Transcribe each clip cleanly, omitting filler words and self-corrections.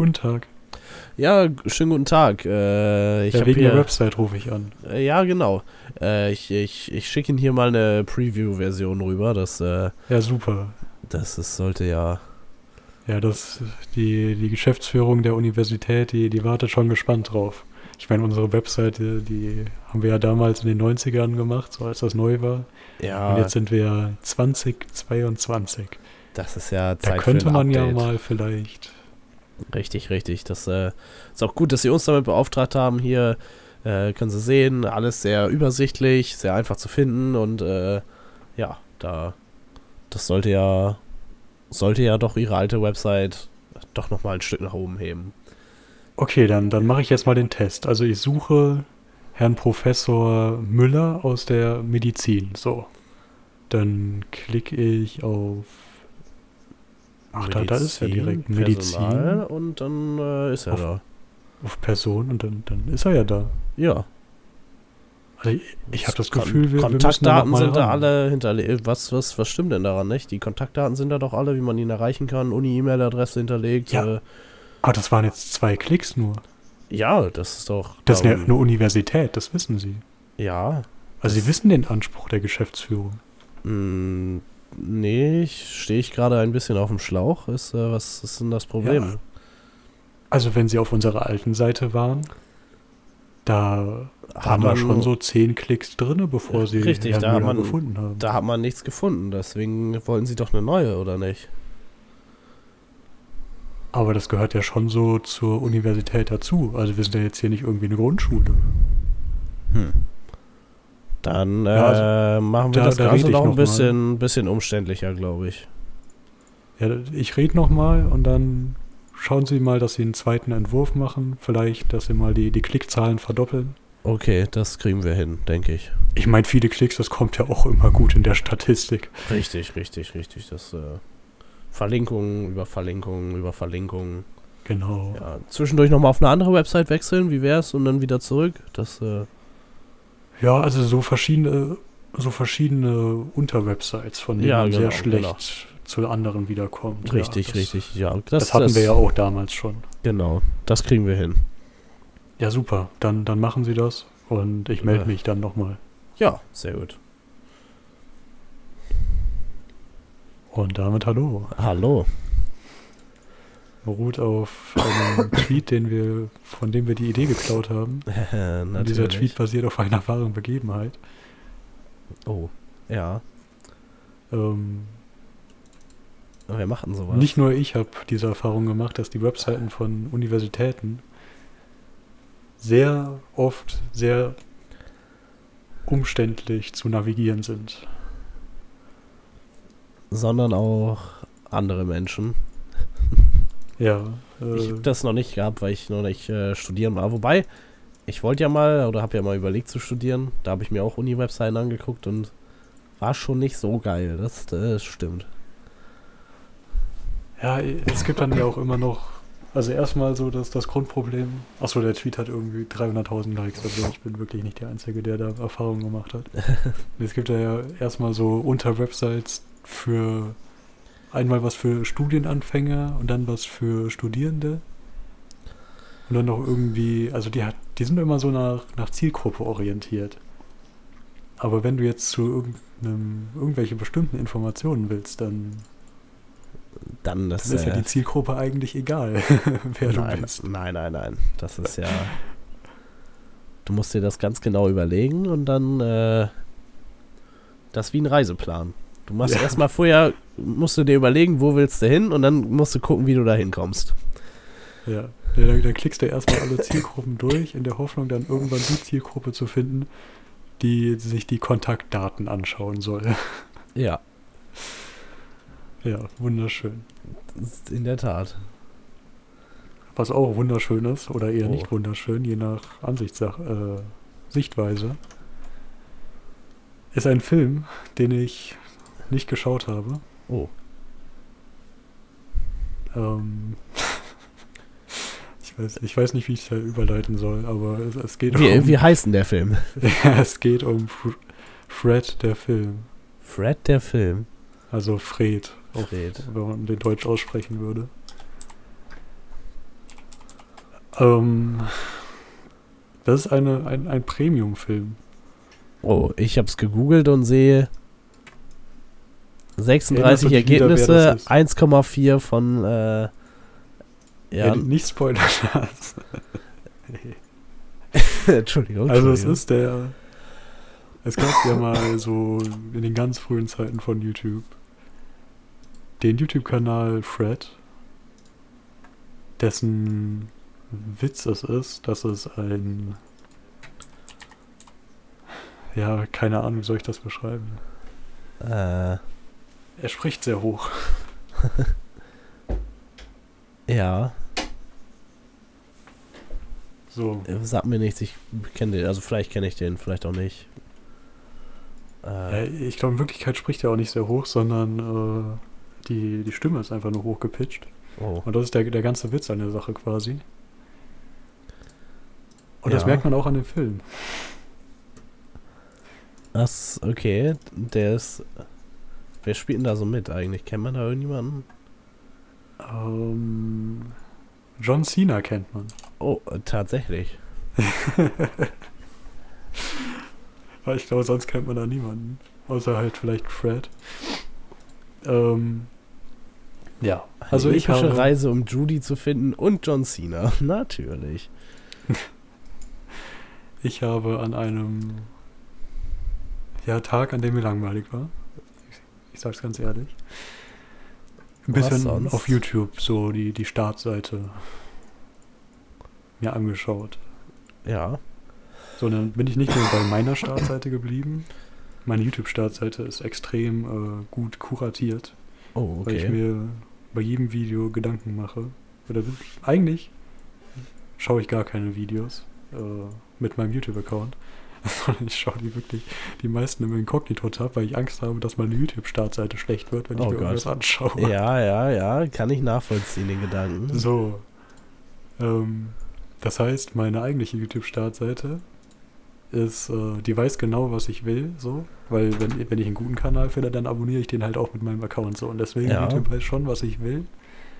Guten Tag. Ja, schönen guten Tag. Ich Ja, habe wegen der hier. Website rufe ich an. Ja, genau. Ich schicke Ihnen hier mal eine Preview-Version rüber. Ja, super. Sollte ja. Ja, die Geschäftsführung der Universität, die wartet schon gespannt drauf. Ich meine, unsere Webseite, die haben wir ja damals in den 90ern gemacht, so als das neu war. Und Ja, jetzt sind wir ja 2022. das ist ja Da Zeit für könnte ein man ja Update. mal vielleicht. Richtig, richtig. Das ist auch gut, dass Sie uns damit beauftragt haben. Hier können Sie sehen, alles sehr übersichtlich, sehr einfach zu finden und ja, das sollte ja doch Ihre alte Website doch nochmal ein Stück nach oben heben. Okay, dann mache ich jetzt mal den Test. Also ich suche Herrn Professor Müller aus der Medizin. So. Dann klicke ich auf. Ach, da ist ja direkt Personal Medizin und dann ist er auf, da. auf Person und dann ist er ja da. Ja. Also ich habe das Gefühl, wir müssen da Kontaktdaten nochmal sind da ran. alle hinterlegt. Was stimmt denn daran, nicht? Die Kontaktdaten sind da doch alle, wie man ihn erreichen kann. Uni-E-Mail-Adresse hinterlegt. Ja, das waren jetzt 2 Klicks nur. Ja, das ist doch Das ist darum. eine Universität, das wissen Sie. Ja. Also Sie wissen den Anspruch der Geschäftsführung. Nee, stehe ich gerade ein bisschen auf dem Schlauch. Was ist denn das Problem? Ja, also wenn Sie auf unserer alten Seite waren, da waren da schon so 10 Klicks drin, bevor Sie Richtig, Herrn Müller gefunden haben. da hat man nichts gefunden. Deswegen wollten sie doch eine neue, oder nicht? Aber das gehört ja schon so zur Universität dazu. Also wir sind ja jetzt hier nicht irgendwie eine Grundschule. Hm. Dann Ja, also machen wir da das Ganze rede ich noch ein noch mal. bisschen umständlicher, glaube ich. Ja, ich rede nochmal und dann schauen Sie mal, dass Sie einen zweiten Entwurf machen. Vielleicht, dass Sie mal die Klickzahlen verdoppeln. Okay, das kriegen wir hin, denke ich. Ich meine, viele Klicks, das kommt ja auch immer gut in der Statistik. Richtig, richtig, richtig. Das Verlinkungen über Verlinkungen über Verlinkungen. Genau. Ja, zwischendurch nochmal auf eine andere Website wechseln, wie wär's? Und dann wieder zurück. Ja, also so verschiedene Unterwebsites, von denen Ja, man sehr genau, schlecht genau. zu anderen wiederkommt. Richtig, Ja, richtig. Ja, das hatten wir ja auch damals schon. Genau, das kriegen wir hin. Ja, super. Dann machen Sie das und ich melde mich dann nochmal. Ja, sehr gut. Und damit hallo. Hallo. Beruht auf einem Tweet, von dem wir die Idee geklaut haben. Und dieser Tweet basiert auf einer wahren Begebenheit. Oh, ja. Ähm, Wer macht denn sowas? Nicht nur ich habe diese Erfahrung gemacht, dass die Webseiten von Universitäten sehr oft sehr umständlich zu navigieren sind. Sondern auch andere Menschen. Ja. Ich habe das noch nicht gehabt, weil ich noch nicht studieren war. Wobei, ich wollte ja mal, oder habe ja mal überlegt zu studieren. Da habe ich mir auch Uni-Webseiten angeguckt und war schon nicht so geil. Das stimmt. Ja, es gibt dann ja auch immer noch, also erstmal so das Grundproblem. Achso, der Tweet hat irgendwie 300.000 Likes, also ich bin wirklich nicht der Einzige, der da Erfahrungen gemacht hat. Es gibt ja erstmal so Unterwebsites für einmal was für Studienanfänger und dann was für Studierende. Und dann noch irgendwie, also die sind immer so nach Zielgruppe orientiert. Aber wenn du jetzt zu irgendwelche bestimmten Informationen willst, dann Dann ist ja die Zielgruppe eigentlich egal, wer du bist. Nein. Das ist ja. Du musst dir das ganz genau überlegen und dann das ist wie ein Reiseplan. Du machst erstmal vorher, musst du dir überlegen, wo willst du hin und dann musst du gucken, wie du da hinkommst. Ja, da klickst du erstmal alle Zielgruppen durch, in der Hoffnung, dann irgendwann die Zielgruppe zu finden, die sich die Kontaktdaten anschauen soll. Ja, Ja, wunderschön. in der Tat. Was auch wunderschön ist, oder eher Oh. nicht wunderschön, je nach Sichtweise, ist ein Film, den ich nicht geschaut habe. Oh. Ich weiß nicht, wie ich es überleiten soll, aber es geht Wie heißt denn der Film? es geht um Fred, der Film. Fred, der Film. Also Fred, Fred. wenn man den Deutsch aussprechen würde. Das ist ein Premium-Film. Oh, ich hab's gegoogelt und sehe 36 Erinnerst du dich wieder, wer Ergebnisse, das ist? 1,4 von ja, Nicht spoilern. Entschuldigung. Also es gab ja mal so in den ganz frühen Zeiten von YouTube den YouTube-Kanal Fred, dessen Witz es ist, dass es ja, keine Ahnung, wie soll ich das beschreiben? Er spricht sehr hoch. Ja, So. sag mir nichts, ich kenne den, also vielleicht kenne ich den, vielleicht auch nicht. Ja, ich glaube, in Wirklichkeit spricht er auch nicht sehr hoch, sondern die Stimme ist einfach nur hochgepitcht. Oh. Und das ist der ganze Witz an der Sache quasi. Und das Ja. merkt man auch an dem Film. Okay, der ist. Wer spielt denn da so mit eigentlich? Kennt man da irgendjemanden? John Cena kennt man. Oh, tatsächlich. Aber ich glaube, sonst kennt man da niemanden. Außer halt vielleicht Fred. Ja, also Eine ich epische habe... Reise, um Judy zu finden und John Cena. Natürlich. Ich habe an einem Tag, an dem mir langweilig war, ich sag's ganz ehrlich, ein Was bisschen sonst? auf YouTube so die Startseite mir angeschaut. Ja. So, dann bin ich nicht nur bei meiner Startseite geblieben. Meine YouTube-Startseite ist extrem gut kuratiert, Oh, weil ich okay. mir bei jedem Video Gedanken mache. Oder eigentlich schaue ich gar keine Videos mit meinem YouTube-Account, sondern ich schaue die meisten im Inkognito-Tab, weil ich Angst habe, dass meine YouTube-Startseite schlecht wird, wenn ich Oh mir Gott. irgendwas anschaue. Ja, kann ich nachvollziehen, den Gedanken. So. Das heißt, meine eigentliche YouTube-Startseite ist, die weiß genau, was ich will, so, weil wenn ich einen guten Kanal finde, dann abonniere ich den halt auch mit meinem Account so und deswegen Ja. YouTube weiß schon, was ich will.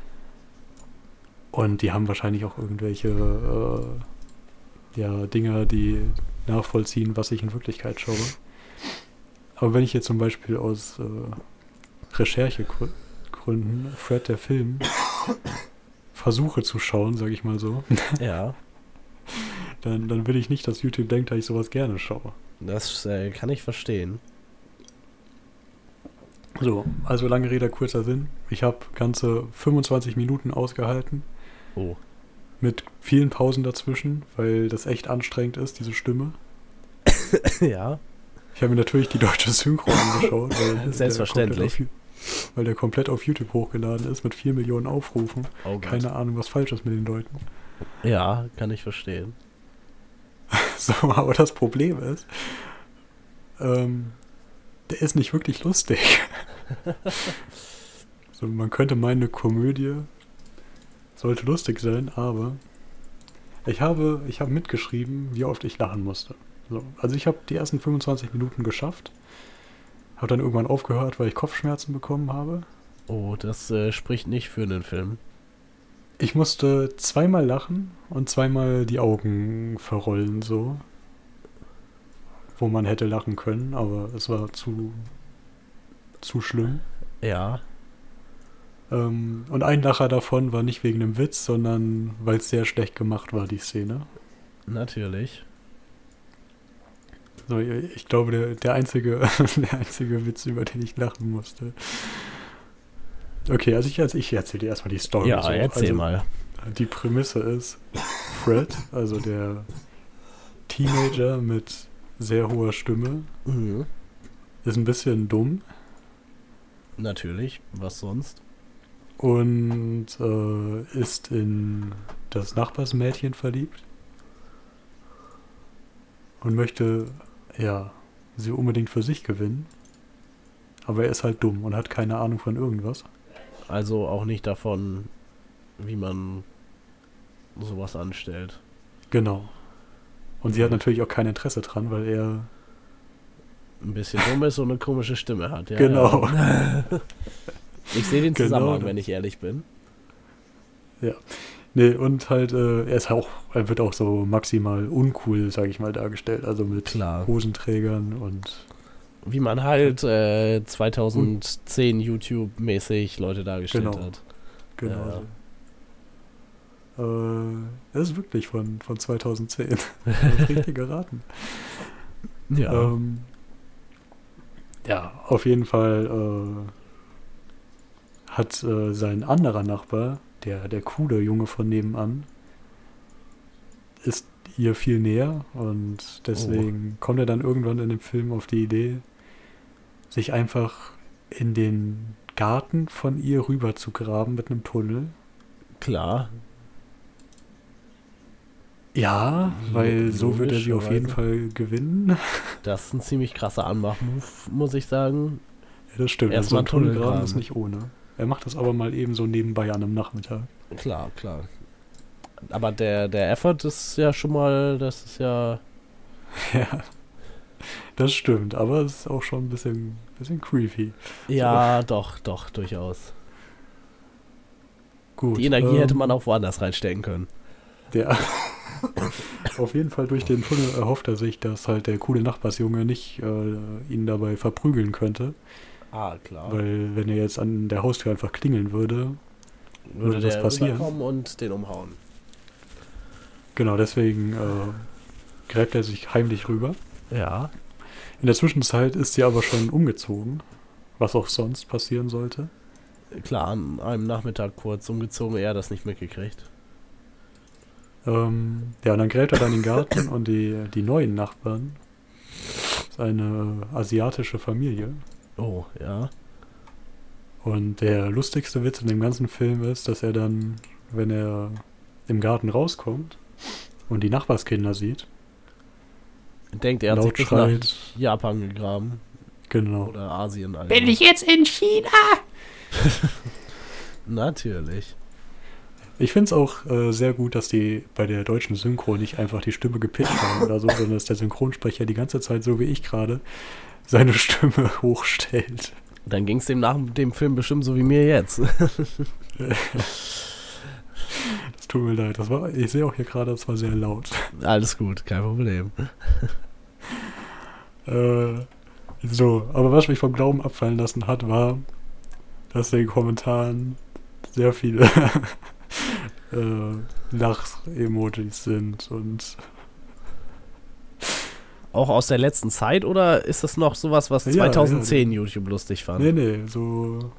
Und die haben wahrscheinlich auch irgendwelche Dinger, die nachvollziehen, was ich in Wirklichkeit schaue. Aber wenn ich jetzt zum Beispiel aus Recherchegründen Fred der Film versuche zu schauen, sage ich mal so, Ja, dann will ich nicht, dass YouTube denkt, dass ich sowas gerne schaue. das kann ich verstehen. So, also lange Rede, kurzer Sinn. Ich habe ganze 25 Minuten ausgehalten, Oh. mit vielen Pausen dazwischen, weil das echt anstrengend ist, diese Stimme. Ja, Ich habe mir natürlich die deutsche Synchro angeschaut, Selbstverständlich. Weil der komplett auf YouTube hochgeladen ist mit 4 Millionen Aufrufen. oh Gott. Keine Ahnung, was falsch ist mit den Leuten. Ja, kann ich verstehen. So, aber das Problem ist, der ist nicht wirklich lustig. So, man könnte meinen, eine Komödie sollte lustig sein, aber ich habe mitgeschrieben, wie oft ich lachen musste. So, also ich habe die ersten 25 Minuten geschafft, habe dann irgendwann aufgehört, weil ich Kopfschmerzen bekommen habe. Oh, das spricht nicht für einen Film. Ich musste zweimal lachen und zweimal die Augen verrollen, so. Wo man hätte lachen können, aber es war zu schlimm. Ja, Und ein Lacher davon war nicht wegen dem Witz, sondern weil es sehr schlecht gemacht war, die Szene. natürlich. So, ich glaube, der einzige Witz, über den ich lachen musste. Okay, also ich erzähle dir erstmal die Story. Ja, so. erzähl Also, mal. die Prämisse ist, Fred, also der Teenager mit sehr hoher Stimme, Mhm. ist ein bisschen dumm Natürlich, was sonst? und ist in das Nachbarsmädchen verliebt und möchte, sie unbedingt für sich gewinnen. Aber er ist halt dumm und hat keine Ahnung von irgendwas. Also auch nicht davon, wie man sowas anstellt. Genau. Und sie hat natürlich auch kein Interesse dran, weil er... Ein bisschen dumm ist und eine komische Stimme hat. Ja, Genau. Ja. Ich sehe den Genau Zusammenhang, das. wenn ich ehrlich bin. Nee, und halt, er wird auch so maximal uncool, sag ich mal, dargestellt. Also mit Klar. Hosenträgern und Wie man halt 2010 YouTube-mäßig Leute dargestellt Genau. hat. genau. Das ist wirklich von 2010. Das ist richtig geraten. Ja. Ja, auf jeden Fall hat sein anderer Nachbar, der coole Junge von nebenan, ist ihr viel näher und deswegen kommt er dann irgendwann in dem Film auf die Idee, sich einfach in den Garten von ihr rüber zu graben mit einem Tunnel. Klar. Ja, weil so wird er sie auf jeden Logischerweise. Fall gewinnen. Das ist ein ziemlich krasser Anmach-Move, muss ich sagen. Ja, das stimmt. Erst Also so mal ein Tunnelgraben Tunnelgraben. ist nicht ohne. Er macht das aber mal eben so nebenbei an einem Nachmittag. Klar, klar. Aber der Effort ist ja schon mal, das ist ja. Ja, das stimmt. Aber es ist auch schon ein bisschen creepy. Ja, doch, durchaus. Gut. Die Energie hätte man auch woanders reinstecken können. Der auf jeden Fall durch den Tunnel erhofft er sich, dass halt der coole Nachbarsjunge nicht ihn dabei verprügeln könnte. Ah, klar. Weil wenn er jetzt an der Haustür einfach klingeln würde, Würde das der passieren. rüberkommen und den umhauen. Genau, deswegen gräbt er sich heimlich rüber. Ja. In der Zwischenzeit ist sie aber schon umgezogen, was auch sonst passieren sollte. Klar, an einem Nachmittag kurz umgezogen, er hat das nicht mitgekriegt. Ja, und dann gräbt er dann den Garten und die neuen Nachbarn. Das ist eine asiatische Familie. Oh, ja. Und der lustigste Witz in dem ganzen Film ist, dass er dann, wenn er im Garten rauskommt und die Nachbarskinder sieht, Denkt, er hat sich laut bis schreit, nach Japan gegraben. genau. Oder Asien. Alter. Bin ich jetzt in China? Natürlich. Ich finde es auch sehr gut, dass die bei der deutschen Synchro nicht einfach die Stimme gepitcht haben oder so, sondern dass der Synchronsprecher die ganze Zeit, so wie ich gerade, seine Stimme hochstellt. Dann ging es dem nach dem Film bestimmt so wie mir jetzt. Das tut mir leid. Ich sehe auch hier gerade, das war sehr laut. Alles gut, kein Problem. So, aber was mich vom Glauben abfallen lassen hat, war, dass in den Kommentaren sehr viele Lach-Emojis sind und Auch aus der letzten Zeit oder ist das noch sowas, was Ja, 2010 ja. YouTube lustig fand? nee, so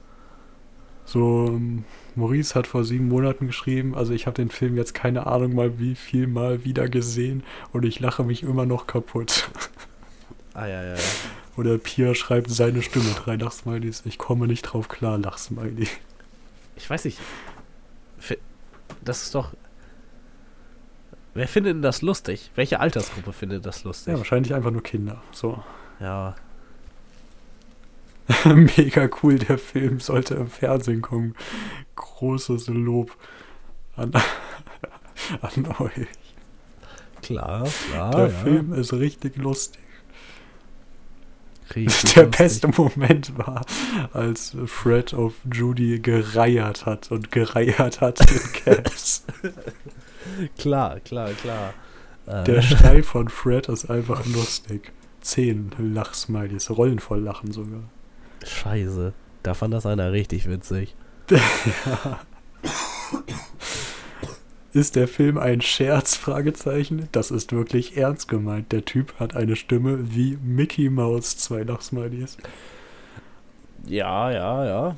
Maurice hat vor 7 Monaten geschrieben, also ich habe den Film jetzt keine Ahnung mal wie viel Mal wieder gesehen und ich lache mich immer noch kaputt. Ah, ja. Oder Pia schreibt seine Stimme, 3 Lachsmilies, ich komme nicht drauf klar, Lachsmiley. Ich weiß nicht. Das ist doch. Wer findet denn das lustig? Welche Altersgruppe findet das lustig? Ja, wahrscheinlich einfach nur Kinder. So. Ja. Mega cool, der Film sollte im Fernsehen kommen. Großes Lob an euch. Klar. Der Film ist richtig lustig. Richtig Der lustig. beste Moment war, als Fred auf Judy gereiert hat und gereiert hat in Caps. Klar. Der Schrei von Fred ist einfach lustig. 10 Lachsmilies, Rollen voll Lachen sogar. Scheiße. Da fand das einer richtig witzig. Ja. Ist der Film ein Scherz? Fragezeichen. Das ist wirklich ernst gemeint. Der Typ hat eine Stimme wie Mickey Mouse. 2 Lachsmilies. Ja.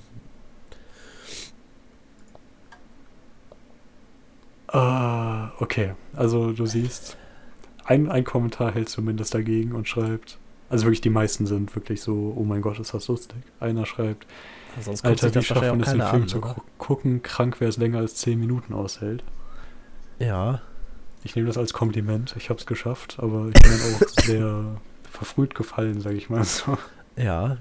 Okay. Also du siehst, ein Kommentar hält zumindest dagegen und schreibt, also wirklich die meisten sind wirklich so, oh mein Gott, ist das lustig. Einer schreibt, Sonst kommt Alter, sich wie das schafft man wahrscheinlich es, den auch Film keiner zu an, oder? gucken? Krank, wer es länger als 10 Minuten aushält. Ja. Ich nehme das als Kompliment. Ich habe es geschafft, aber ich bin dann auch sehr verfrüht gefallen, sage ich mal so. Ja.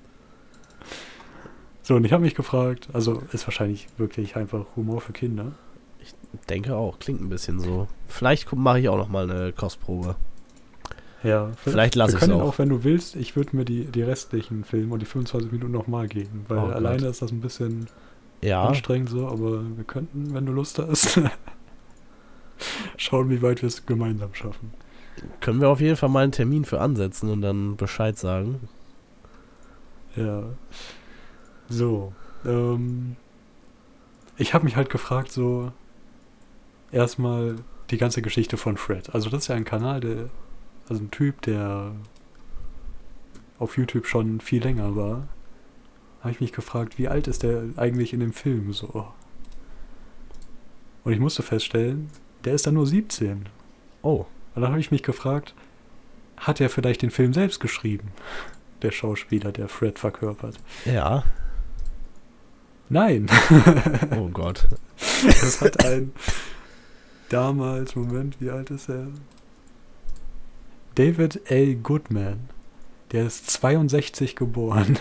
So, und ich habe mich gefragt, also ist wahrscheinlich wirklich einfach Humor für Kinder. Denke auch. Klingt ein bisschen so. Vielleicht mache ich auch noch mal eine Kostprobe. Ja, Vielleicht lasse wir ich's können auch. auch, wenn du willst, ich würde mir die restlichen Filme und die 25 Minuten nochmal geben, weil Oh Gott. alleine ist das ein bisschen Ja, anstrengend so, aber wir könnten, wenn du Lust hast, schauen, wie weit wir es gemeinsam schaffen. können wir auf jeden Fall mal einen Termin für ansetzen und dann Bescheid sagen. Ja. So. Ich habe mich halt gefragt, so erstmal die ganze Geschichte von Fred. Also das ist ja ein Kanal, also ein Typ, der auf YouTube schon viel länger war. Habe ich mich gefragt, wie alt ist der eigentlich in dem Film so? Und ich musste feststellen, der ist dann nur 17. Oh, Und dann habe ich mich gefragt, hat er vielleicht den Film selbst geschrieben? Der Schauspieler, der Fred verkörpert. ja. Nein. Oh Gott. Das hat ein damals, Moment, wie alt ist er? David A. Goodman. Der ist 62 geboren.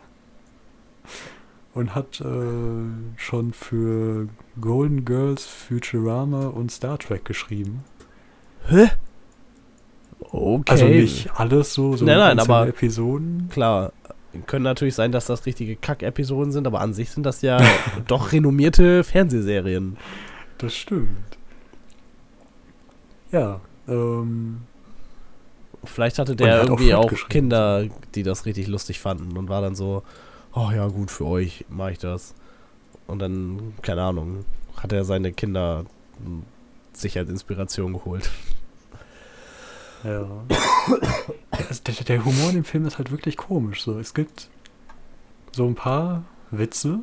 Und hat schon für Golden Girls, Futurama und Star Trek geschrieben. Hä? Okay. Also nicht alles so Nein, einzelne aber Episoden. klar, können natürlich sein, dass das richtige Kack-Episoden sind, aber an sich sind das ja doch renommierte Fernsehserien. Das stimmt. Ja, Vielleicht hatte Und der er hat auch irgendwie Fred auch geschrieben, Kinder, die das richtig lustig fanden und war dann so, oh ja, gut, für euch mache ich das. Und dann, keine Ahnung, hat er seine Kinder sich als Inspiration geholt. ja. Also der Humor in dem Film ist halt wirklich komisch. So. Es gibt so ein paar Witze,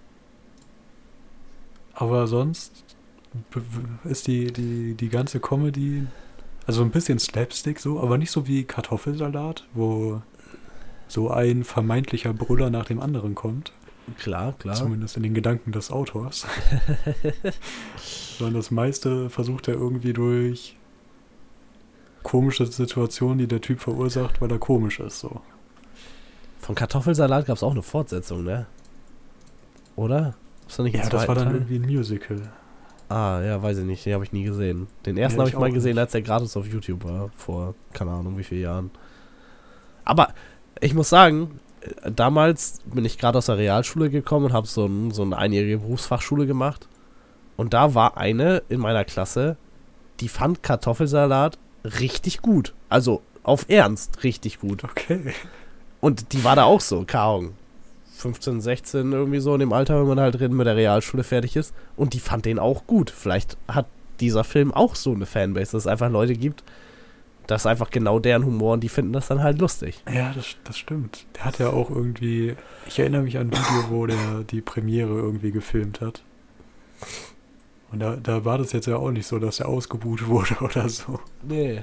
aber sonst ist die ganze Comedy, also ein bisschen Slapstick so, aber nicht so wie Kartoffelsalat, wo so ein vermeintlicher Brüller nach dem anderen kommt. Klar. Zumindest in den Gedanken des Autors. Sondern das meiste versucht er irgendwie durch komische Situationen, die der Typ verursacht, weil er komisch ist. So. Von Kartoffelsalat gab es auch eine Fortsetzung, ne? Oder? Ist da nicht ein Ja, das war dann Teil? irgendwie ein Musical. Ah, ja, weiß ich nicht. Den habe ich nie gesehen. Den ersten Ja, habe ich ich mal auch gesehen, nicht. als der gratis auf YouTube war. Vor, keine Ahnung, wie vielen Jahren. Aber ich muss sagen, damals bin ich gerade aus der Realschule gekommen und habe so eine einjährige Berufsfachschule gemacht. Und da war eine in meiner Klasse, die fand Kartoffelsalat richtig gut. Also auf Ernst richtig gut. Okay. Und die war da auch so, keine Ahnung, 15, 16 irgendwie so in dem Alter, wenn man halt drin mit der Realschule fertig ist. Und die fand den auch gut. Vielleicht hat dieser Film auch so eine Fanbase, dass es einfach Leute gibt, das ist einfach genau deren Humor und die finden das dann halt lustig. Ja, das stimmt. Der hat ja auch irgendwie, ich erinnere mich an ein Video, wo der die Premiere irgendwie gefilmt hat. Und da war das jetzt ja auch nicht so, dass er ausgebuht wurde oder so. Nee.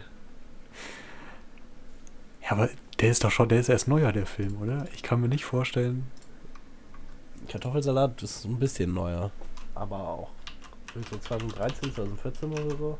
Ja, aber der ist erst neuer, der Film, oder? Ich kann mir nicht vorstellen. Kartoffelsalat ist ein bisschen neuer. Aber auch. So 2013, 2014 oder so.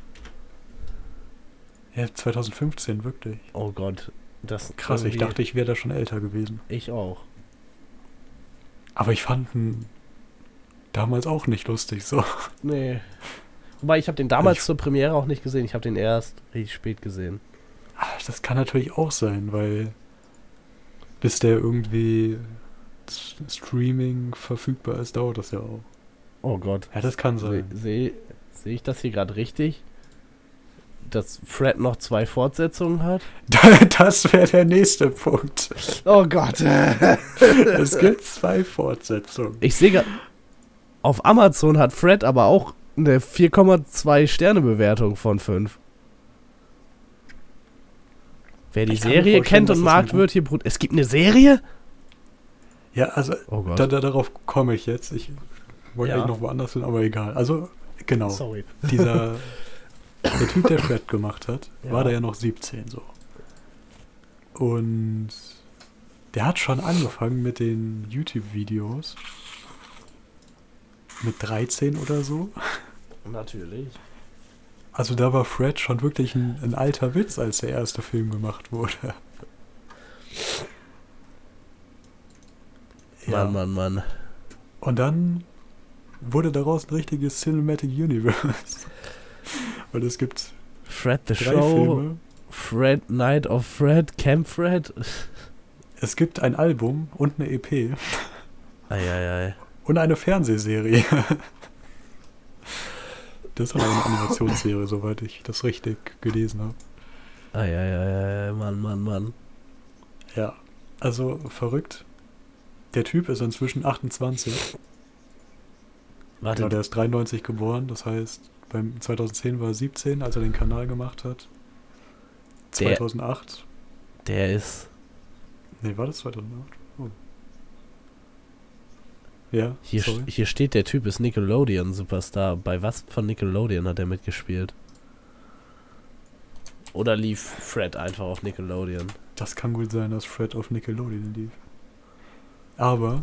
Ja, 2015, wirklich. Oh Gott. Das Krass, ich irgendwie- dachte, ich wäre da schon älter gewesen. Ich auch. Aber ich fand ihn damals auch nicht lustig, so. Nee. Wobei, ich habe den damals Ich- zur Premiere auch nicht gesehen. Ich habe den erst richtig spät gesehen. Das kann natürlich auch sein, weil bis der irgendwie Streaming verfügbar ist, dauert das ja auch. Oh Gott. Ja, das kann sein. Sehe ich das hier gerade richtig? Dass Fred noch 2 Fortsetzungen hat? Das wäre der nächste Punkt. Oh Gott. Es gibt 2 Fortsetzungen. Ich sehe gerade, auf Amazon hat Fred aber auch eine 4,2 Sterne Bewertung von 5. Wer die Ich kann mir Serie vorstellen, kennt und dass mag, das ein wird hier Es gibt eine Serie? Ja, also Oh Gott. darauf komme ich jetzt. Ich wollte Ja. eigentlich noch woanders hin, aber egal. Also, genau. Sorry. Der Typ, der Fred gemacht hat, Ja. war da ja noch 17 so. Und der hat schon angefangen mit den YouTube-Videos. Mit 13 oder so. Natürlich. Also da war Fred schon wirklich ein alter Witz, als der erste Film gemacht wurde. Mann. Und dann wurde daraus ein richtiges Cinematic Universe. Und es gibt Fred the 3 Show, Filme. Fred Night of Fred, Camp Fred. Es gibt ein Album und eine EP. Eieiei. Und eine Fernsehserie. Das ist aber eine Animationsserie, soweit ich das richtig gelesen habe. Mann. Ja, also verrückt. Der Typ ist inzwischen 28. Warte, Genau, der ist 93 geboren, das heißt, beim 2010 war er 17, als er den Kanal gemacht hat. 2008. der ist... Nee, war das 2008? Oh. Ja, sorry. Hier steht, der Typ ist Nickelodeon-Superstar. Bei was von Nickelodeon hat er mitgespielt? Oder lief Fred einfach auf Nickelodeon? Das kann gut sein, dass Fred auf Nickelodeon lief. Aber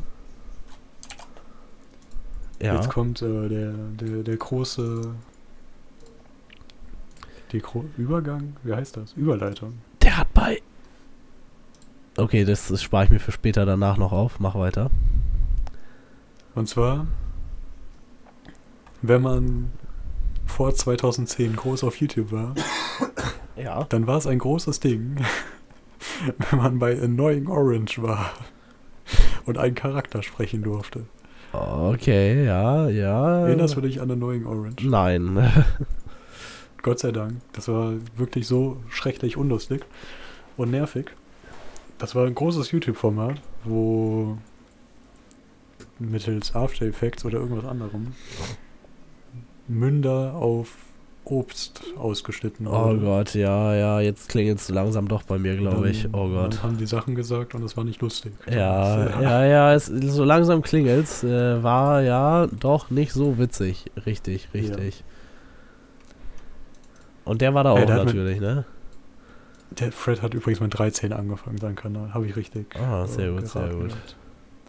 jetzt kommt der große Übergang, wie heißt das? Überleitung. Der hat bei... Okay, das spare ich mir für später danach noch auf. Mach weiter. Und zwar, wenn man vor 2010 groß auf YouTube war, Ja. dann war es ein großes Ding, wenn man bei Annoying Orange war und einen Charakter sprechen durfte. Okay, ja. Erinnerst du dich an Annoying Orange? Nein. Gott sei Dank. Das war wirklich so schrecklich unlustig und nervig. Das war ein großes YouTube-Format, wo mittels After Effects oder irgendwas anderem Münder auf Obst ausgeschnitten Oh Gott, ja, jetzt klingelt es langsam doch bei mir, glaube ich. Oh Gott. Dann haben die Sachen gesagt und es war nicht lustig. Ja, so langsam klingelt's. War ja doch nicht so witzig. Richtig. Ja. Und der war da auch natürlich, ne? Der Fred hat übrigens mit 13 angefangen, seinen Kanal. Habe ich richtig. Sehr gut. Gehabt.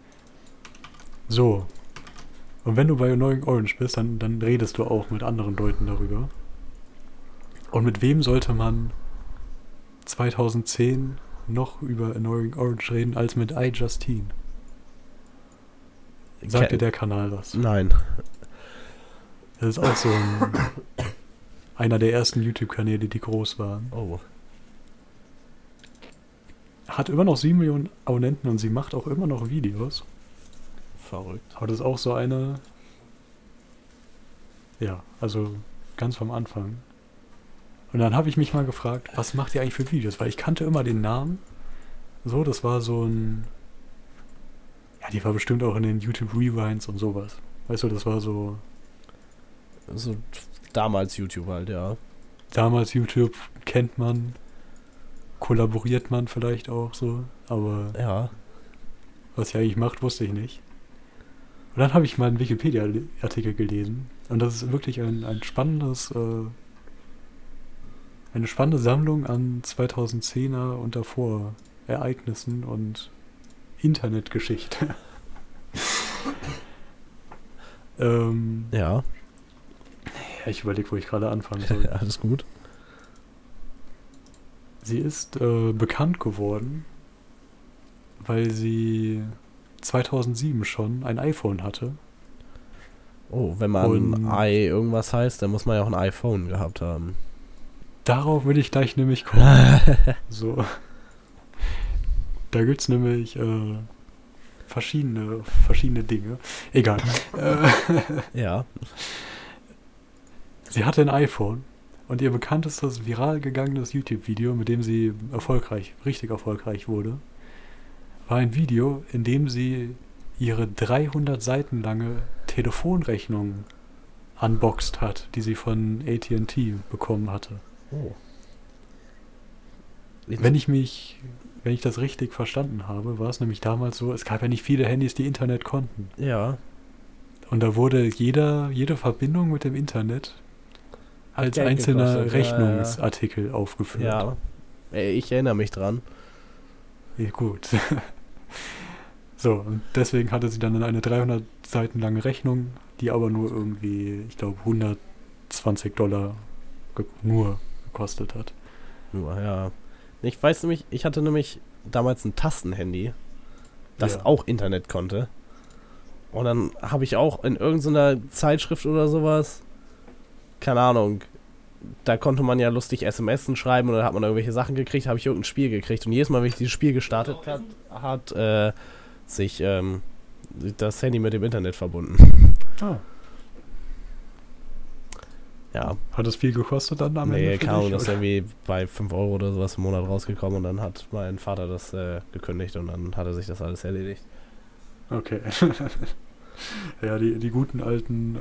So. Und wenn du bei Annoying Orange bist, dann redest du auch mit anderen Leuten darüber. Und mit wem sollte man 2010 noch über Annoying Orange reden, als mit iJustine? Sagt dir der Kanal was? Nein. Das ist auch so einer der ersten YouTube-Kanäle, die groß waren. Oh. Hat immer noch 7 Millionen Abonnenten und sie macht auch immer noch Videos. Verrückt. Aber das ist auch so eine... Ja, also ganz vom Anfang. Und dann habe ich mich mal gefragt, was macht ihr eigentlich für Videos? Weil ich kannte immer den Namen. So, das war so ein... Ja, die war bestimmt auch in den YouTube Rewinds und sowas. Weißt du, das war so... So damals YouTube halt, ja. Damals YouTube kennt man, kollaboriert man vielleicht auch so, aber ja. Was sie eigentlich macht, wusste ich nicht. Und dann habe ich mal einen Wikipedia-Artikel gelesen und das ist wirklich ein spannendes, eine spannende Sammlung an 2010er und davor Ereignissen und Internetgeschichte. Ja. Ich überlege, wo ich gerade anfangen soll. Alles gut. Sie ist bekannt geworden, weil sie 2007 schon ein iPhone hatte. Oh, wenn man irgendwas heißt, dann muss man ja auch ein iPhone gehabt haben. Darauf will ich gleich nämlich kommen. So. Da gibt es nämlich verschiedene Dinge. Egal. Ja. Sie hatte ein iPhone und ihr bekanntestes viral gegangenes YouTube-Video, mit dem sie richtig erfolgreich wurde, war ein Video, in dem sie ihre 300 Seiten lange Telefonrechnung unboxed hat, die sie von AT&T bekommen hatte. Oh. Wenn ich das richtig verstanden habe, war es nämlich damals so, es gab ja nicht viele Handys, die Internet konnten. Ja. Und da wurde jede Verbindung mit dem Internet als einzelner Rechnungsartikel aufgeführt. Ja, ich erinnere mich dran. Ja, gut. So, und deswegen hatte sie dann eine 300 Seiten lange Rechnung, die aber nur irgendwie, ich glaube, $120 nur gekostet hat. Ja. Ich weiß nämlich, ich hatte nämlich damals ein Tastenhandy, das Ja. auch Internet konnte. Und dann habe ich auch in irgendeiner Zeitschrift oder sowas, keine Ahnung, da konnte man ja lustig SMSen schreiben und dann hat man irgendwelche Sachen gekriegt, habe ich irgendein Spiel gekriegt. Und jedes Mal, wenn ich dieses Spiel gestartet hat sich das Handy mit dem Internet verbunden. Ah. Ja. Hat das viel gekostet dann am Ende? Nee, für keine Ahnung, dich, das ist oder? irgendwie bei 5 Euro oder sowas im Monat rausgekommen und dann hat mein Vater das gekündigt und dann hat er sich das alles erledigt. Okay. Ja, die guten alten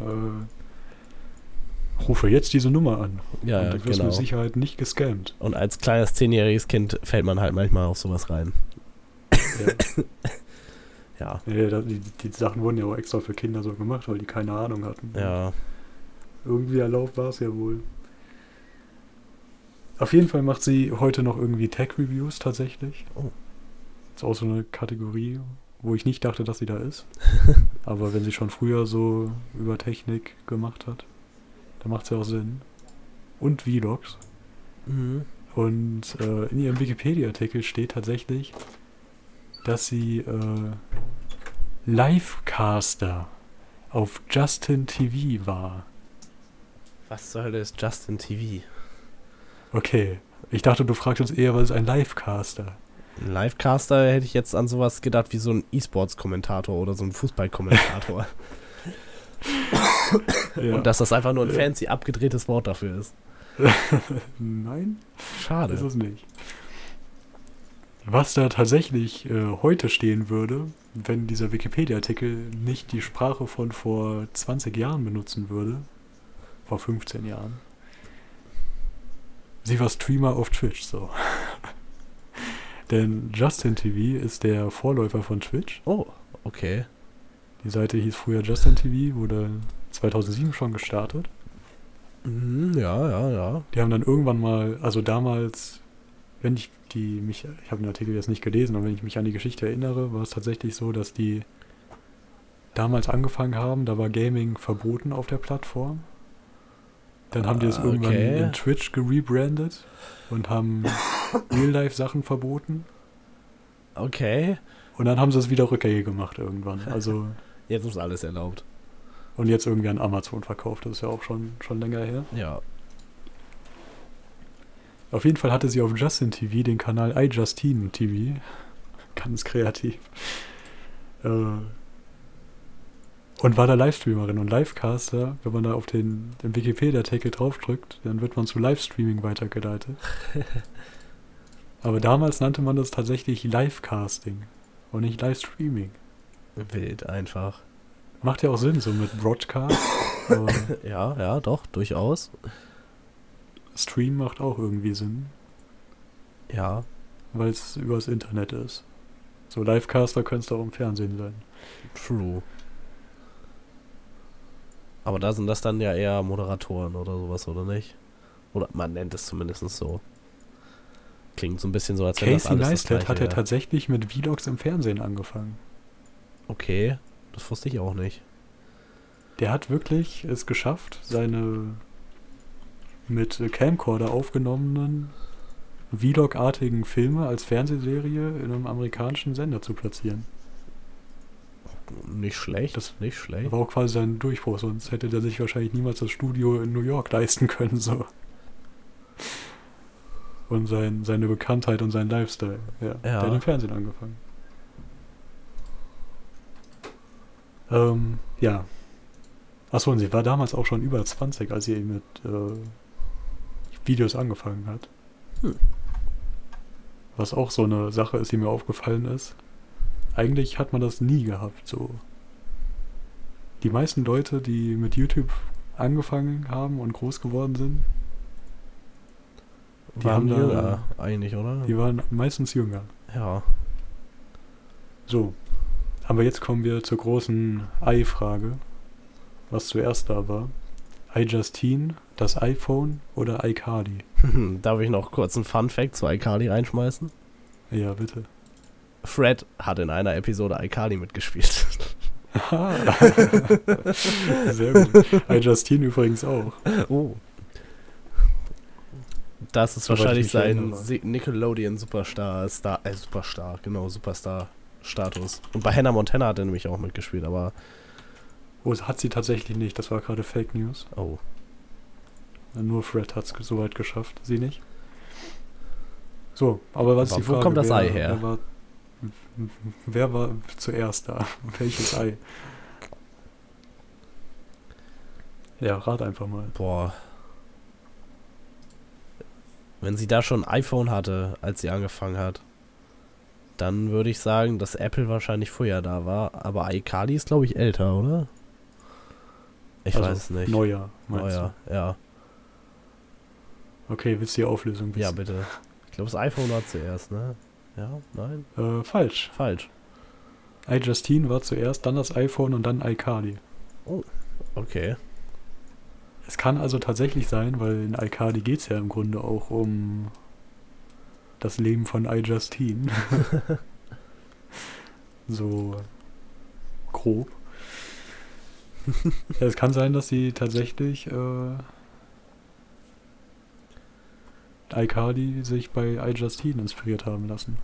rufe jetzt diese Nummer an. Ja, und ja, du wirst genau. mit Sicherheit nicht gescammt. Und als kleines 10-jähriges Kind fällt man halt manchmal auf sowas rein. Ja. Ja, Ja, die Sachen wurden ja auch extra für Kinder so gemacht, weil die keine Ahnung hatten. ja. Irgendwie erlaubt war es ja wohl. Auf jeden Fall macht sie heute noch irgendwie Tech-Reviews tatsächlich. Oh. Ist auch so eine Kategorie, wo ich nicht dachte, dass sie da ist. Aber wenn sie schon früher so über Technik gemacht hat, dann macht sie auch Sinn. Und Vlogs. Mhm. Und in ihrem Wikipedia-Artikel steht tatsächlich, dass sie Livecaster auf Justin TV war. Was soll das Justin TV? Okay, ich dachte, du fragtest eher, was ist ein Livecaster? Ein Livecaster hätte ich jetzt an sowas gedacht wie so ein E-Sports-Kommentator oder so ein Fußball-Kommentator. Ja. Und dass das einfach nur ein fancy abgedrehtes Wort dafür ist. Nein, Schade. ist es nicht. Was da tatsächlich heute stehen würde, wenn dieser Wikipedia-Artikel nicht die Sprache von vor 20 Jahren benutzen würde, vor 15 Jahren. Sie war Streamer auf Twitch, so. Denn Justin TV ist der Vorläufer von Twitch. Oh, okay. Die Seite hieß früher Justin TV, wurde 2007 schon gestartet. Mhm, ja. Die haben dann irgendwann mal, also damals, wenn ich habe den Artikel jetzt nicht gelesen, aber wenn ich mich an die Geschichte erinnere, war es tatsächlich so, dass die damals angefangen haben, da war Gaming verboten auf der Plattform. Dann haben die es irgendwann okay. in Twitch gerebrandet und haben Real-Life-Sachen verboten. Okay. Und dann haben sie es wieder rückgängig gemacht irgendwann. Also, Jetzt ist alles erlaubt. und jetzt irgendwie an Amazon verkauft. Das ist ja auch schon länger her. Ja. Auf jeden Fall hatte sie auf Justin TV den Kanal iJustine TV. Ganz kreativ. Und war da Livestreamerin und Livecaster. Wenn man da auf den Wikipedia-Artikel draufdrückt, dann wird man zu Livestreaming weitergeleitet. Aber damals nannte man das tatsächlich Livecasting und nicht Livestreaming. Wild einfach. Macht ja auch Sinn, so mit Broadcast. Aber Ja, doch, durchaus. Stream macht auch irgendwie Sinn, Ja. weil es übers Internet ist. So Livecaster könnte es auch im Fernsehen sein. True. Aber da sind das dann ja eher Moderatoren oder sowas, oder nicht? Oder man nennt es zumindest so. Klingt so ein bisschen so, als wenn das Casey alles das Neistat Gleiche hat ja wäre. tatsächlich mit Vlogs im Fernsehen angefangen. Okay, das wusste ich auch nicht. Der hat wirklich es geschafft, seine mit Camcorder aufgenommenen Vlog-artigen Filme als Fernsehserie in einem amerikanischen Sender zu platzieren. Nicht schlecht, Das nicht schlecht. war auch quasi sein Durchbruch, sonst hätte der sich wahrscheinlich niemals das Studio in New York leisten können. So. Und seine Bekanntheit und sein Lifestyle. Ja. Der hat im Fernsehen angefangen. Ja. Achso, und sie war damals auch schon über 20, als sie mit Videos angefangen hat. Was auch so eine Sache ist, die mir aufgefallen ist. Eigentlich hat man das nie gehabt, so. Die meisten Leute, die mit YouTube angefangen haben und groß geworden sind, die Waren haben da- jünger eigentlich, oder? die waren meistens jünger. Ja. So. Aber jetzt kommen wir zur großen Ei-Frage. Was zuerst da war. iJustine, das iPhone oder iCarly? Darf ich noch kurz einen Fun-Fact zu iCarly reinschmeißen? Ja, bitte. Fred hat in einer Episode iCarly mitgespielt. Sehr gut. iJustine übrigens auch. Oh. Das ist Soweit wahrscheinlich ich mich sein erinnere. Nickelodeon Superstar-Status. Und bei Hannah Montana hat er nämlich auch mitgespielt, aber Oh, das hat sie tatsächlich nicht. Das war gerade Fake News. oh. Nur Fred hat es soweit geschafft. Sie nicht. So, aber was Aber die wo Frage kommt das wer, Ei her? Wer war Wer war zuerst da? Welches Ei? Ja, rat einfach mal. Boah. Wenn sie da schon ein iPhone hatte, als sie angefangen hat, dann würde ich sagen, dass Apple wahrscheinlich früher da war. Aber iCarly ist, glaube ich, älter, oder? Ich Also weiß es nicht. Neujahr, meinst Neuer, ja. du? Okay, willst du die Auflösung wissen? Ja, bitte. Ich glaube, das iPhone war zuerst, ne? Ja, nein? Falsch. Falsch. iJustine war zuerst, dann das iPhone und dann iCarly. Okay. Es kann also tatsächlich sein, weil in iCarly geht es ja im Grunde auch um das Leben von iJustine. So grob. Ja, es kann sein, dass sie tatsächlich iCarly sich bei iJustine inspiriert haben lassen.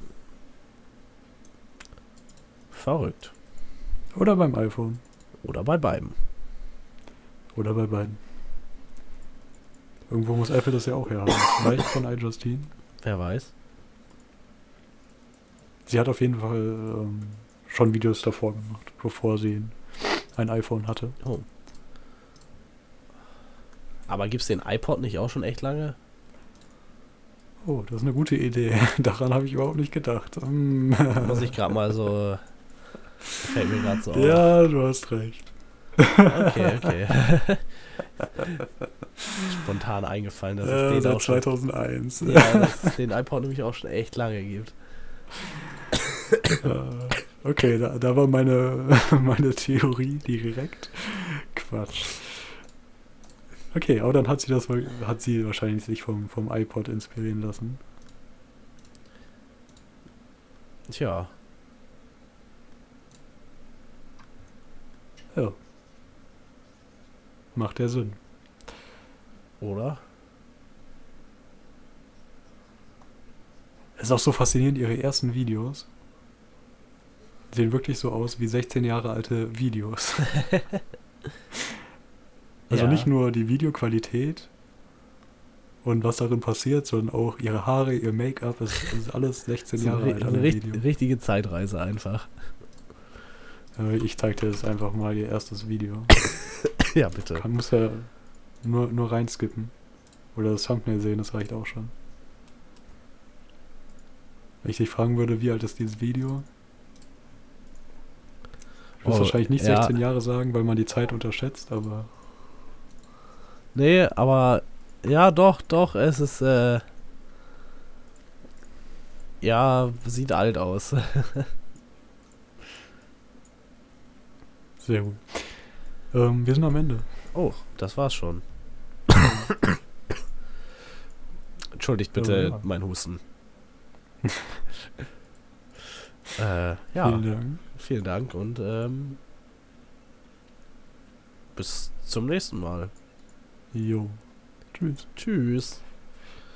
Verrückt. Oder beim iPhone. Oder bei beiden. Oder bei beiden. Irgendwo muss Apple das ja auch herhaben. Vielleicht von iJustine. Wer weiß. Sie hat auf jeden Fall schon Videos davor gemacht, bevor sie ein iPhone hatte. Oh. Aber gibt's den iPod nicht auch schon echt lange? Oh, das ist eine gute Idee. Daran habe ich überhaupt nicht gedacht. Muss ich gerade mal so... Fällt mir gerade so auf. Ja, du hast recht. Okay. Spontan eingefallen, dass es den Seit auch schon... 2001. Ja, dass es den iPod nämlich auch schon echt lange gibt. Okay, da war meine Theorie direkt Quatsch. Okay, aber dann hat sie wahrscheinlich sich vom iPod inspirieren lassen. Tja, Ja. Macht ja Sinn. oder? Es ist auch so faszinierend, ihre ersten Videos sehen wirklich so aus wie 16 Jahre alte Videos. Also Ja. nicht nur die Videoqualität und was darin passiert, sondern auch ihre Haare, ihr Make-up, es ist alles 16 So Jahre alt an dem Video. richtige Zeitreise einfach. Ich zeig dir jetzt einfach mal ihr erstes Video. Ja, bitte. Man muss ja nur reinskippen. Oder das Thumbnail sehen, das reicht auch schon. Wenn ich dich fragen würde, wie alt ist dieses Video? Ich würde wahrscheinlich nicht 16 Jahre sagen, weil man die Zeit unterschätzt, aber... Nee, aber ja, doch, es ist, ja, sieht alt aus. Sehr gut. Wir sind am Ende. Oh, das war's schon. Entschuldigt bitte Ja. mein Husten. Vielen Ja, Dank. vielen Dank und bis zum nächsten Mal. Jo. Tschüss. Tschüss.